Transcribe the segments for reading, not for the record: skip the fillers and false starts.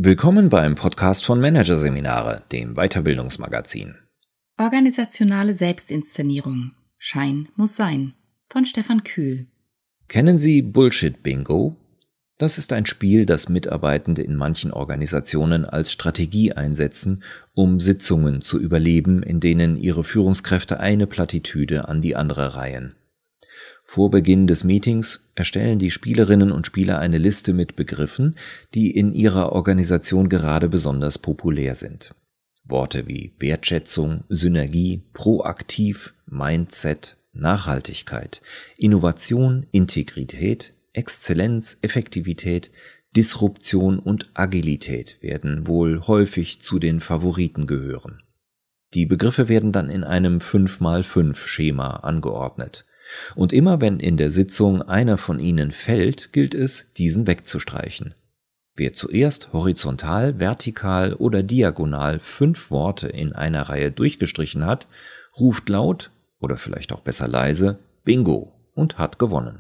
Willkommen beim Podcast von Managerseminare, dem Weiterbildungsmagazin. Organisationale Selbstinszenierung. Schein muss sein. Von Stefan Kühl. Kennen Sie Bullshit Bingo? Das ist ein Spiel, das Mitarbeitende in manchen Organisationen als Strategie einsetzen, um Sitzungen zu überleben, in denen ihre Führungskräfte eine Plattitüde an die andere reihen. Vor Beginn des Meetings erstellen die Spielerinnen und Spieler eine Liste mit Begriffen, die in ihrer Organisation gerade besonders populär sind. Worte wie Wertschätzung, Synergie, proaktiv, Mindset, Nachhaltigkeit, Innovation, Integrität, Exzellenz, Effektivität, Disruption und Agilität werden wohl häufig zu den Favoriten gehören. Die Begriffe werden dann in einem 5x5-Schema angeordnet. Und immer wenn in der Sitzung einer von ihnen fällt, gilt es, diesen wegzustreichen. Wer zuerst horizontal, vertikal oder diagonal 5 Worte in einer Reihe durchgestrichen hat, ruft laut oder vielleicht auch besser leise Bingo und hat gewonnen.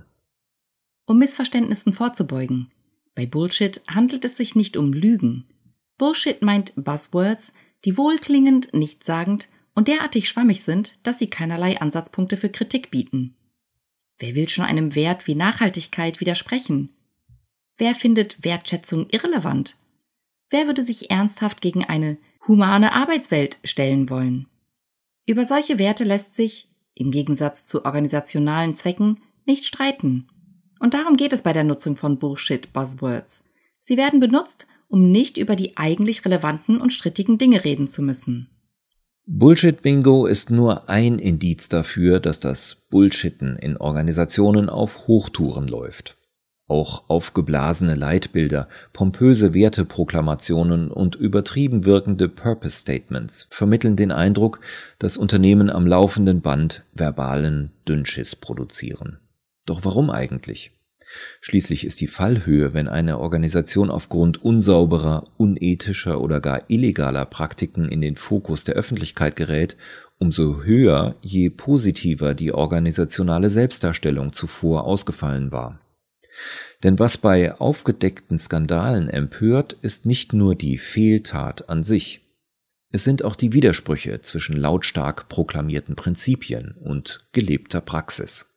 Um Missverständnissen vorzubeugen. Bei Bullshit handelt es sich nicht um Lügen. Bullshit meint Buzzwords, die wohlklingend, nichtssagend und derartig schwammig sind, dass sie keinerlei Ansatzpunkte für Kritik bieten. Wer will schon einem Wert wie Nachhaltigkeit widersprechen? Wer findet Wertschätzung irrelevant? Wer würde sich ernsthaft gegen eine humane Arbeitswelt stellen wollen? Über solche Werte lässt sich, im Gegensatz zu organisationalen Zwecken, nicht streiten. Und darum geht es bei der Nutzung von Bullshit-Buzzwords. Sie werden benutzt, um nicht über die eigentlich relevanten und strittigen Dinge reden zu müssen. Bullshit-Bingo ist nur ein Indiz dafür, dass das Bullshitten in Organisationen auf Hochtouren läuft. Auch aufgeblasene Leitbilder, pompöse Werteproklamationen und übertrieben wirkende Purpose-Statements vermitteln den Eindruck, dass Unternehmen am laufenden Band verbalen Dünnschiss produzieren. Doch warum eigentlich? Schließlich ist die Fallhöhe, wenn eine Organisation aufgrund unsauberer, unethischer oder gar illegaler Praktiken in den Fokus der Öffentlichkeit gerät, umso höher, je positiver die organisationale Selbstdarstellung zuvor ausgefallen war. Denn was bei aufgedeckten Skandalen empört, ist nicht nur die Fehltat an sich. Es sind auch die Widersprüche zwischen lautstark proklamierten Prinzipien und gelebter Praxis.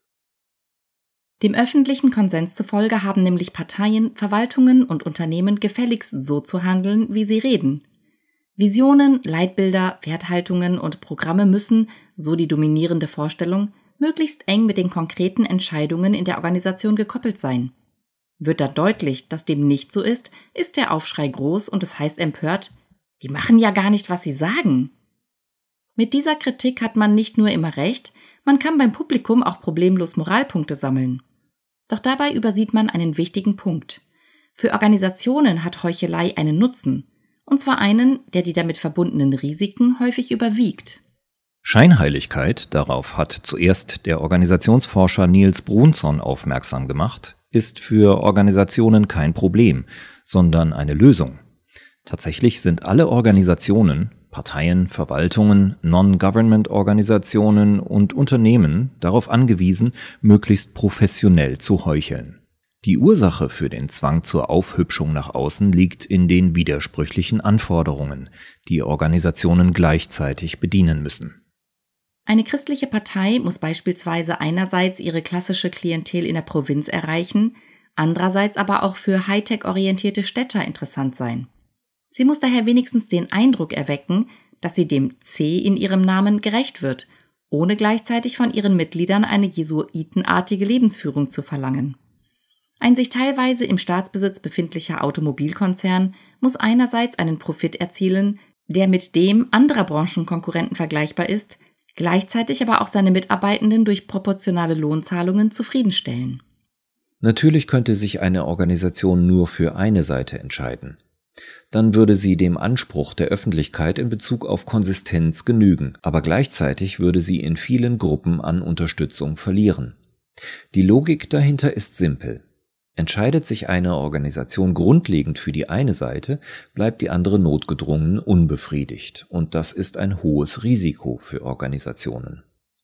Dem öffentlichen Konsens zufolge haben nämlich Parteien, Verwaltungen und Unternehmen gefälligst so zu handeln, wie sie reden. Visionen, Leitbilder, Werthaltungen und Programme müssen, so die dominierende Vorstellung, möglichst eng mit den konkreten Entscheidungen in der Organisation gekoppelt sein. Wird dann deutlich, dass dem nicht so ist der Aufschrei groß und es heißt empört, die machen ja gar nicht, was sie sagen. Mit dieser Kritik hat man nicht nur immer recht, man kann beim Publikum auch problemlos Moralpunkte sammeln. Doch dabei übersieht man einen wichtigen Punkt. Für Organisationen hat Heuchelei einen Nutzen, und zwar einen, der die damit verbundenen Risiken häufig überwiegt. Scheinheiligkeit, darauf hat zuerst der Organisationsforscher Niels Brunson aufmerksam gemacht, ist für Organisationen kein Problem, sondern eine Lösung. Tatsächlich sind alle Organisationen, Parteien, Verwaltungen, Non-Government-Organisationen und Unternehmen darauf angewiesen, möglichst professionell zu heucheln. Die Ursache für den Zwang zur Aufhübschung nach außen liegt in den widersprüchlichen Anforderungen, die Organisationen gleichzeitig bedienen müssen. Eine christliche Partei muss beispielsweise einerseits ihre klassische Klientel in der Provinz erreichen, andererseits aber auch für Hightech-orientierte Städter interessant sein. Sie muss daher wenigstens den Eindruck erwecken, dass sie dem C in ihrem Namen gerecht wird, ohne gleichzeitig von ihren Mitgliedern eine jesuitenartige Lebensführung zu verlangen. Ein sich teilweise im Staatsbesitz befindlicher Automobilkonzern muss einerseits einen Profit erzielen, der mit dem anderer Branchenkonkurrenten vergleichbar ist, gleichzeitig aber auch seine Mitarbeitenden durch proportionale Lohnzahlungen zufriedenstellen. Natürlich könnte sich eine Organisation nur für eine Seite entscheiden. Dann würde sie dem Anspruch der Öffentlichkeit in Bezug auf Konsistenz genügen, aber gleichzeitig würde sie in vielen Gruppen an Unterstützung verlieren. Die Logik dahinter ist simpel. Entscheidet sich eine Organisation grundlegend für die eine Seite, bleibt die andere notgedrungen unbefriedigt, und das ist ein hohes Risiko für Organisationen.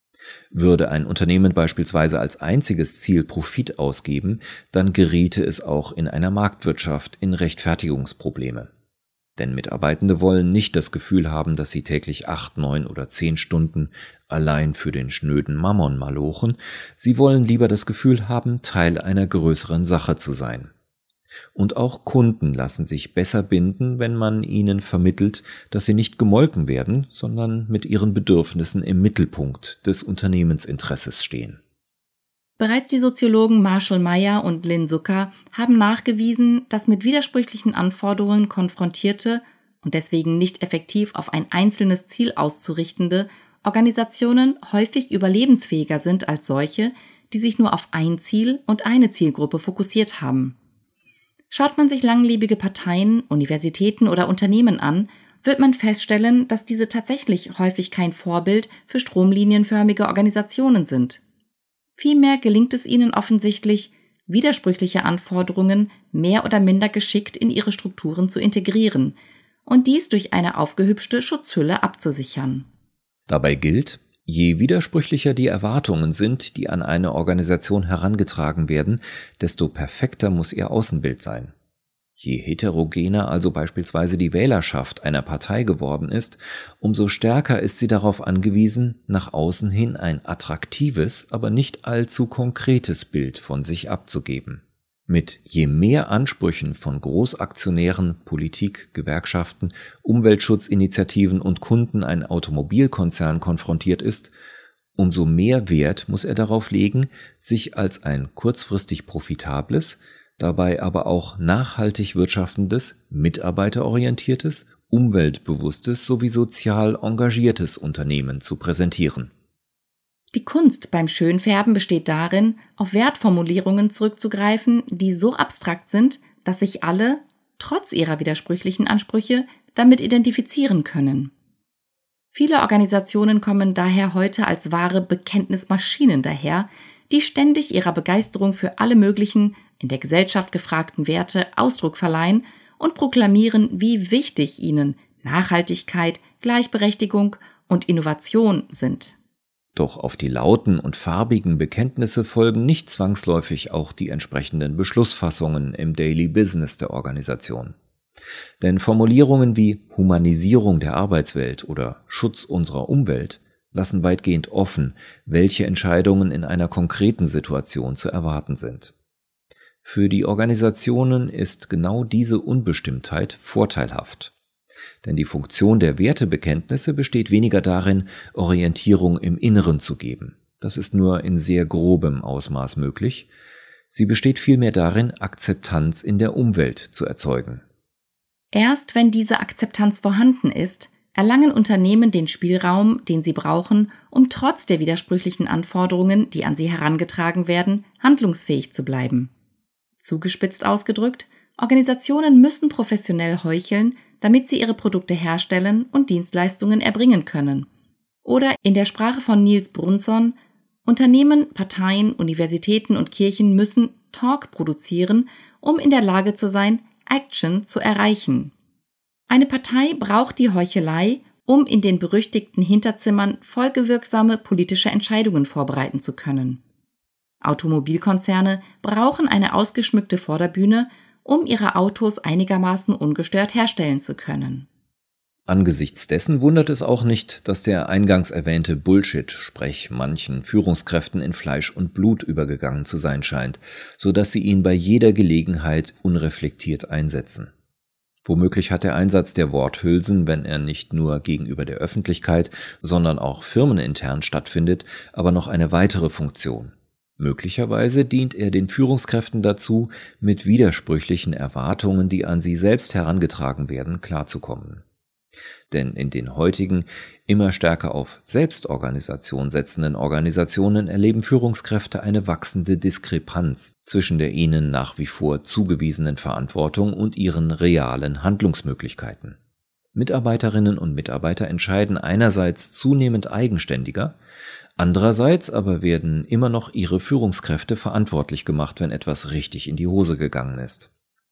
Würde ein Unternehmen beispielsweise als einziges Ziel Profit ausgeben, dann geriete es auch in einer Marktwirtschaft in Rechtfertigungsprobleme. Denn Mitarbeitende wollen nicht das Gefühl haben, dass sie täglich 8, 9 oder 10 Stunden allein für den schnöden Mammon malochen. Sie wollen lieber das Gefühl haben, Teil einer größeren Sache zu sein. Und auch Kunden lassen sich besser binden, wenn man ihnen vermittelt, dass sie nicht gemolken werden, sondern mit ihren Bedürfnissen im Mittelpunkt des Unternehmensinteresses stehen. Bereits die Soziologen Marshall Meyer und Lynn Zucker haben nachgewiesen, dass mit widersprüchlichen Anforderungen konfrontierte und deswegen nicht effektiv auf ein einzelnes Ziel auszurichtende Organisationen häufig überlebensfähiger sind als solche, die sich nur auf ein Ziel und eine Zielgruppe fokussiert haben. Schaut man sich langlebige Parteien, Universitäten oder Unternehmen an, wird man feststellen, dass diese tatsächlich häufig kein Vorbild für stromlinienförmige Organisationen sind. Vielmehr gelingt es ihnen offensichtlich, widersprüchliche Anforderungen mehr oder minder geschickt in ihre Strukturen zu integrieren und dies durch eine aufgehübschte Schutzhülle abzusichern. Dabei gilt, je widersprüchlicher die Erwartungen sind, die an eine Organisation herangetragen werden, desto perfekter muss ihr Außenbild sein. Je heterogener also beispielsweise die Wählerschaft einer Partei geworden ist, umso stärker ist sie darauf angewiesen, nach außen hin ein attraktives, aber nicht allzu konkretes Bild von sich abzugeben. Mit je mehr Ansprüchen von Großaktionären, Politik, Gewerkschaften, Umweltschutzinitiativen und Kunden ein Automobilkonzern konfrontiert ist, umso mehr Wert muss er darauf legen, sich als ein kurzfristig profitables, dabei aber auch nachhaltig wirtschaftendes, mitarbeiterorientiertes, umweltbewusstes sowie sozial engagiertes Unternehmen zu präsentieren. Die Kunst beim Schönfärben besteht darin, auf Wertformulierungen zurückzugreifen, die so abstrakt sind, dass sich alle, trotz ihrer widersprüchlichen Ansprüche, damit identifizieren können. Viele Organisationen kommen daher heute als wahre Bekenntnismaschinen daher, die ständig ihrer Begeisterung für alle möglichen, in der Gesellschaft gefragten Werte Ausdruck verleihen und proklamieren, wie wichtig ihnen Nachhaltigkeit, Gleichberechtigung und Innovation sind. Doch auf die lauten und farbigen Bekenntnisse folgen nicht zwangsläufig auch die entsprechenden Beschlussfassungen im Daily Business der Organisation. Denn Formulierungen wie Humanisierung der Arbeitswelt oder Schutz unserer Umwelt lassen weitgehend offen, welche Entscheidungen in einer konkreten Situation zu erwarten sind. Für die Organisationen ist genau diese Unbestimmtheit vorteilhaft. Denn die Funktion der Wertebekenntnisse besteht weniger darin, Orientierung im Inneren zu geben. Das ist nur in sehr grobem Ausmaß möglich. Sie besteht vielmehr darin, Akzeptanz in der Umwelt zu erzeugen. Erst wenn diese Akzeptanz vorhanden ist, erlangen Unternehmen den Spielraum, den sie brauchen, um trotz der widersprüchlichen Anforderungen, die an sie herangetragen werden, handlungsfähig zu bleiben. Zugespitzt ausgedrückt, Organisationen müssen professionell heucheln, damit sie ihre Produkte herstellen und Dienstleistungen erbringen können. Oder in der Sprache von Niels Brunson: Unternehmen, Parteien, Universitäten und Kirchen müssen Talk produzieren, um in der Lage zu sein, Action zu erreichen. Eine Partei braucht die Heuchelei, um in den berüchtigten Hinterzimmern folgewirksame politische Entscheidungen vorbereiten zu können. Automobilkonzerne brauchen eine ausgeschmückte Vorderbühne, um ihre Autos einigermaßen ungestört herstellen zu können. Angesichts dessen wundert es auch nicht, dass der eingangs erwähnte Bullshit-Sprech manchen Führungskräften in Fleisch und Blut übergegangen zu sein scheint, so dass sie ihn bei jeder Gelegenheit unreflektiert einsetzen. Womöglich hat der Einsatz der Worthülsen, wenn er nicht nur gegenüber der Öffentlichkeit, sondern auch firmenintern stattfindet, aber noch eine weitere Funktion. Möglicherweise dient er den Führungskräften dazu, mit widersprüchlichen Erwartungen, die an sie selbst herangetragen werden, klarzukommen. Denn in den heutigen, immer stärker auf Selbstorganisation setzenden Organisationen erleben Führungskräfte eine wachsende Diskrepanz zwischen der ihnen nach wie vor zugewiesenen Verantwortung und ihren realen Handlungsmöglichkeiten. Mitarbeiterinnen und Mitarbeiter entscheiden einerseits zunehmend eigenständiger, andererseits aber werden immer noch ihre Führungskräfte verantwortlich gemacht, wenn etwas richtig in die Hose gegangen ist.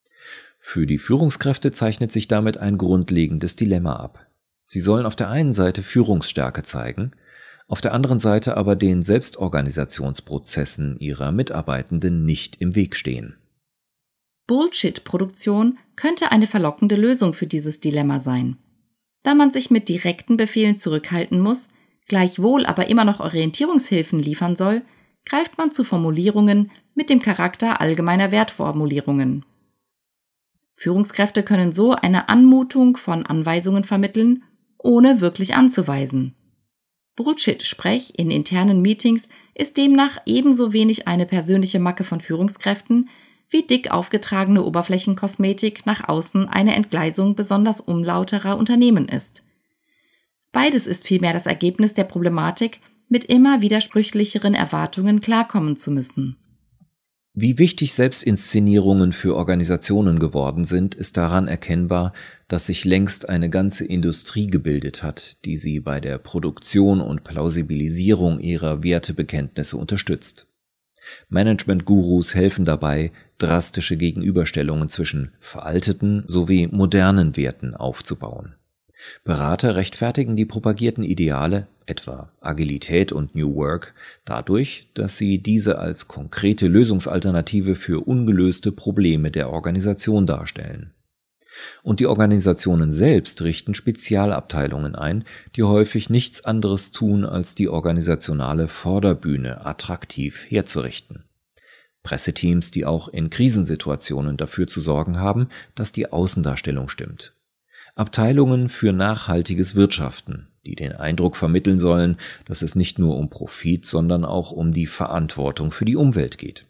Für die Führungskräfte zeichnet sich damit ein grundlegendes Dilemma ab. Sie sollen auf der einen Seite Führungsstärke zeigen, auf der anderen Seite aber den Selbstorganisationsprozessen ihrer Mitarbeitenden nicht im Weg stehen. Bullshit-Produktion könnte eine verlockende Lösung für dieses Dilemma sein. Da man sich mit direkten Befehlen zurückhalten muss, gleichwohl aber immer noch Orientierungshilfen liefern soll, greift man zu Formulierungen mit dem Charakter allgemeiner Wertformulierungen. Führungskräfte können so eine Anmutung von Anweisungen vermitteln, ohne wirklich anzuweisen. Bullshit-Sprech in internen Meetings ist demnach ebenso wenig eine persönliche Macke von Führungskräften, wie dick aufgetragene Oberflächenkosmetik nach außen eine Entgleisung besonders umlauterer Unternehmen ist. Beides ist vielmehr das Ergebnis der Problematik, mit immer widersprüchlicheren Erwartungen klarkommen zu müssen. Wie wichtig Selbstinszenierungen für Organisationen geworden sind, ist daran erkennbar, dass sich längst eine ganze Industrie gebildet hat, die sie bei der Produktion und Plausibilisierung ihrer Wertebekenntnisse unterstützt. Management-Gurus helfen dabei, drastische Gegenüberstellungen zwischen veralteten sowie modernen Werten aufzubauen. Berater rechtfertigen die propagierten Ideale, etwa Agilität und New Work, dadurch, dass sie diese als konkrete Lösungsalternative für ungelöste Probleme der Organisation darstellen. Und die Organisationen selbst richten Spezialabteilungen ein, die häufig nichts anderes tun, als die organisationale Vorderbühne attraktiv herzurichten. Presseteams, die auch in Krisensituationen dafür zu sorgen haben, dass die Außendarstellung stimmt. Abteilungen für nachhaltiges Wirtschaften, die den Eindruck vermitteln sollen, dass es nicht nur um Profit, sondern auch um die Verantwortung für die Umwelt geht.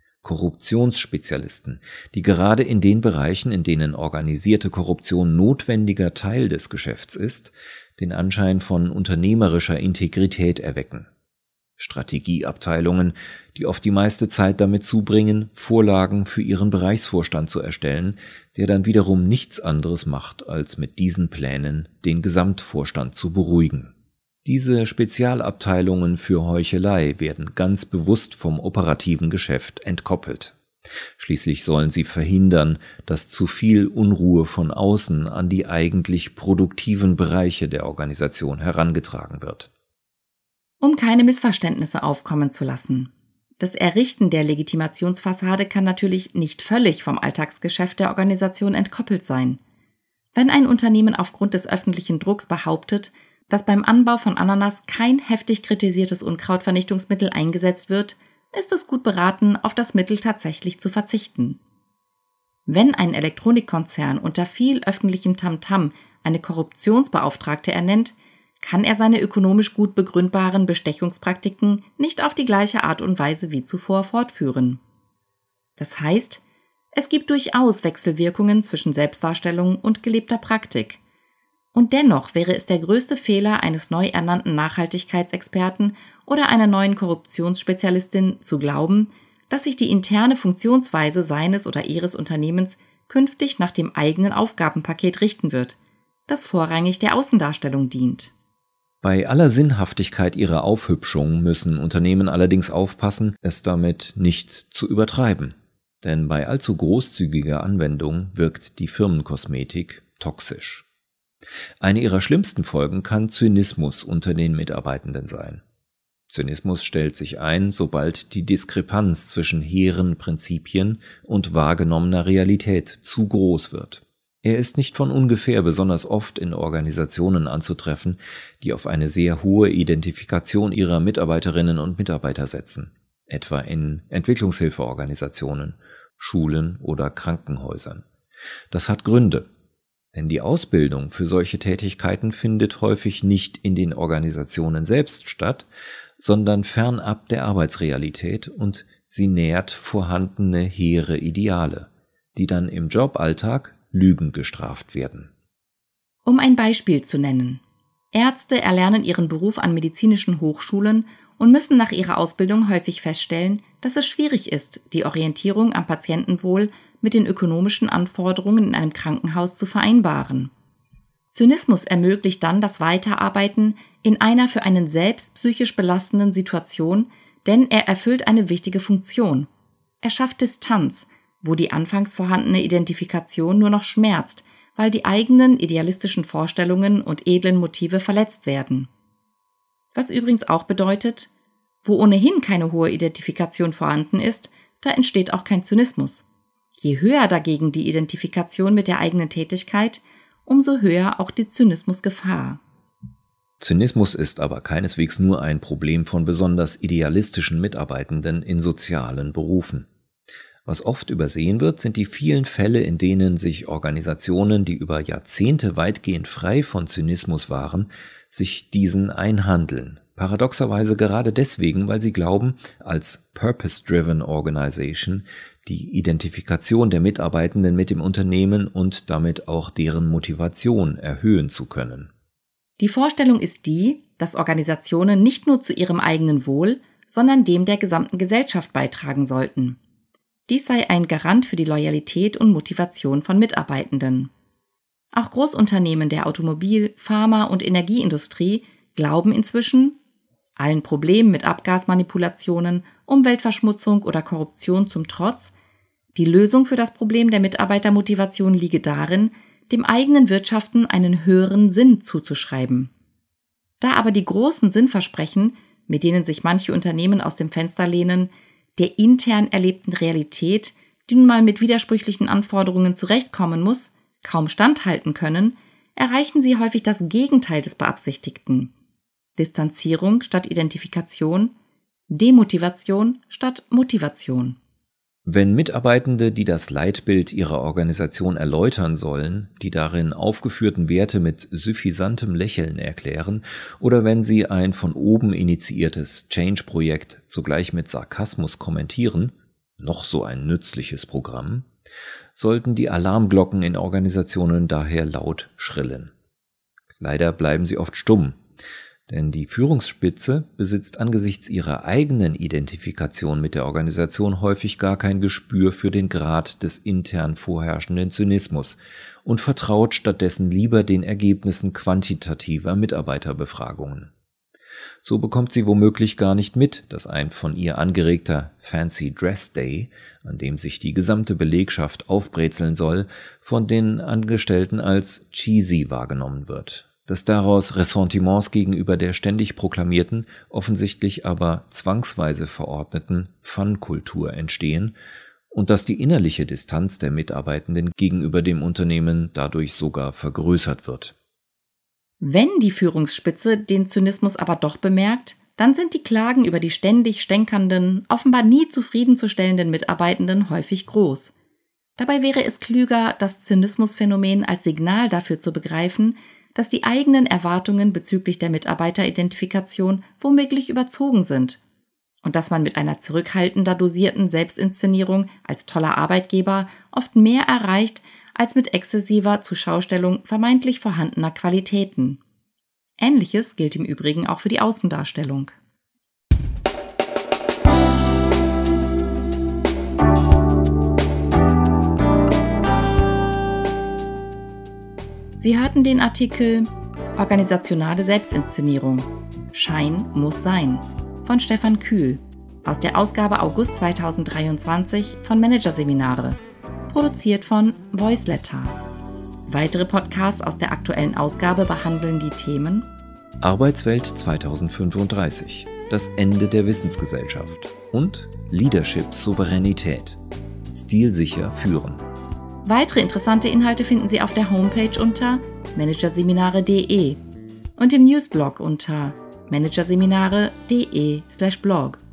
Korruptionsspezialisten, die gerade in den Bereichen, in denen organisierte Korruption notwendiger Teil des Geschäfts ist, den Anschein von unternehmerischer Integrität erwecken. Strategieabteilungen, die oft die meiste Zeit damit zubringen, Vorlagen für ihren Bereichsvorstand zu erstellen, der dann wiederum nichts anderes macht, als mit diesen Plänen den Gesamtvorstand zu beruhigen. Diese Spezialabteilungen für Heuchelei werden ganz bewusst vom operativen Geschäft entkoppelt. Schließlich sollen sie verhindern, dass zu viel Unruhe von außen an die eigentlich produktiven Bereiche der Organisation herangetragen wird. Um keine Missverständnisse aufkommen zu lassen. Das Errichten der Legitimationsfassade kann natürlich nicht völlig vom Alltagsgeschäft der Organisation entkoppelt sein. Wenn ein Unternehmen aufgrund des öffentlichen Drucks behauptet, dass beim Anbau von Ananas kein heftig kritisiertes Unkrautvernichtungsmittel eingesetzt wird, ist es gut beraten, auf das Mittel tatsächlich zu verzichten. Wenn ein Elektronikkonzern unter viel öffentlichem Tamtam eine Korruptionsbeauftragte ernennt, kann er seine ökonomisch gut begründbaren Bestechungspraktiken nicht auf die gleiche Art und Weise wie zuvor fortführen. Das heißt, es gibt durchaus Wechselwirkungen zwischen Selbstdarstellung und gelebter Praktik. Und dennoch wäre es der größte Fehler eines neu ernannten Nachhaltigkeitsexperten oder einer neuen Korruptionsspezialistin zu glauben, dass sich die interne Funktionsweise seines oder ihres Unternehmens künftig nach dem eigenen Aufgabenpaket richten wird, das vorrangig der Außendarstellung dient. Bei aller Sinnhaftigkeit ihrer Aufhübschung müssen Unternehmen allerdings aufpassen, es damit nicht zu übertreiben. Denn bei allzu großzügiger Anwendung wirkt die Firmenkosmetik toxisch. Eine ihrer schlimmsten Folgen kann Zynismus unter den Mitarbeitenden sein. Zynismus stellt sich ein, sobald die Diskrepanz zwischen hehren Prinzipien und wahrgenommener Realität zu groß wird. Er ist nicht von ungefähr besonders oft in Organisationen anzutreffen, die auf eine sehr hohe Identifikation ihrer Mitarbeiterinnen und Mitarbeiter setzen, etwa in Entwicklungshilfeorganisationen, Schulen oder Krankenhäusern. Das hat Gründe, denn die Ausbildung für solche Tätigkeiten findet häufig nicht in den Organisationen selbst statt, sondern fernab der Arbeitsrealität und sie nährt vorhandene hehre Ideale, die dann im Joballtag Lügen gestraft werden. Um ein Beispiel zu nennen. Ärzte erlernen ihren Beruf an medizinischen Hochschulen und müssen nach ihrer Ausbildung häufig feststellen, dass es schwierig ist, die Orientierung am Patientenwohl mit den ökonomischen Anforderungen in einem Krankenhaus zu vereinbaren. Zynismus ermöglicht dann das Weiterarbeiten in einer für einen selbst psychisch belastenden Situation, denn er erfüllt eine wichtige Funktion. Er schafft Distanz, wo die anfangs vorhandene Identifikation nur noch schmerzt, weil die eigenen idealistischen Vorstellungen und edlen Motive verletzt werden. Was übrigens auch bedeutet, wo ohnehin keine hohe Identifikation vorhanden ist, da entsteht auch kein Zynismus. Je höher dagegen die Identifikation mit der eigenen Tätigkeit, umso höher auch die Zynismusgefahr. Zynismus ist aber keineswegs nur ein Problem von besonders idealistischen Mitarbeitenden in sozialen Berufen. Was oft übersehen wird, sind die vielen Fälle, in denen sich Organisationen, die über Jahrzehnte weitgehend frei von Zynismus waren, sich diesen einhandeln. Paradoxerweise gerade deswegen, weil sie glauben, als Purpose-Driven Organization die Identifikation der Mitarbeitenden mit dem Unternehmen und damit auch deren Motivation erhöhen zu können. Die Vorstellung ist die, dass Organisationen nicht nur zu ihrem eigenen Wohl, sondern dem der gesamten Gesellschaft beitragen sollten. Dies sei ein Garant für die Loyalität und Motivation von Mitarbeitenden. Auch Großunternehmen der Automobil-, Pharma- und Energieindustrie glauben inzwischen, allen Problemen mit Abgasmanipulationen, Umweltverschmutzung oder Korruption zum Trotz, die Lösung für das Problem der Mitarbeitermotivation liege darin, dem eigenen Wirtschaften einen höheren Sinn zuzuschreiben. Da aber die großen Sinnversprechen, mit denen sich manche Unternehmen aus dem Fenster lehnen, der intern erlebten Realität, die nun mal mit widersprüchlichen Anforderungen zurechtkommen muss, kaum standhalten können, erreichen sie häufig das Gegenteil des Beabsichtigten. Distanzierung statt Identifikation, Demotivation statt Motivation. Wenn Mitarbeitende, die das Leitbild ihrer Organisation erläutern sollen, die darin aufgeführten Werte mit suffisantem Lächeln erklären, oder wenn sie ein von oben initiiertes Change-Projekt zugleich mit Sarkasmus kommentieren, noch so ein nützliches Programm, sollten die Alarmglocken in Organisationen daher laut schrillen. Leider bleiben sie oft stumm. Denn die Führungsspitze besitzt angesichts ihrer eigenen Identifikation mit der Organisation häufig gar kein Gespür für den Grad des intern vorherrschenden Zynismus und vertraut stattdessen lieber den Ergebnissen quantitativer Mitarbeiterbefragungen. So bekommt sie womöglich gar nicht mit, dass ein von ihr angeregter Fancy Dress Day, an dem sich die gesamte Belegschaft aufbrezeln soll, von den Angestellten als cheesy wahrgenommen wird. Dass daraus Ressentiments gegenüber der ständig proklamierten, offensichtlich aber zwangsweise verordneten Fun-Kultur entstehen und dass die innerliche Distanz der Mitarbeitenden gegenüber dem Unternehmen dadurch sogar vergrößert wird. Wenn die Führungsspitze den Zynismus aber doch bemerkt, dann sind die Klagen über die ständig stänkernden, offenbar nie zufriedenzustellenden Mitarbeitenden häufig groß. Dabei wäre es klüger, das Zynismusphänomen als Signal dafür zu begreifen, dass die eigenen Erwartungen bezüglich der Mitarbeiteridentifikation womöglich überzogen sind und dass man mit einer zurückhaltender dosierten Selbstinszenierung als toller Arbeitgeber oft mehr erreicht als mit exzessiver Zurschaustellung vermeintlich vorhandener Qualitäten. Ähnliches gilt im Übrigen auch für die Außendarstellung. Sie hörten den Artikel Organisationale Selbstinszenierung – Schein muss sein von Stefan Kühl aus der Ausgabe August 2023 von Managerseminare, produziert von Voiceletter. Weitere Podcasts aus der aktuellen Ausgabe behandeln die Themen Arbeitswelt 2035, das Ende der Wissensgesellschaft und Leadership-Souveränität, stilsicher führen. Weitere interessante Inhalte finden Sie auf der Homepage unter managerseminare.de und im Newsblog unter managerseminare.de/blog.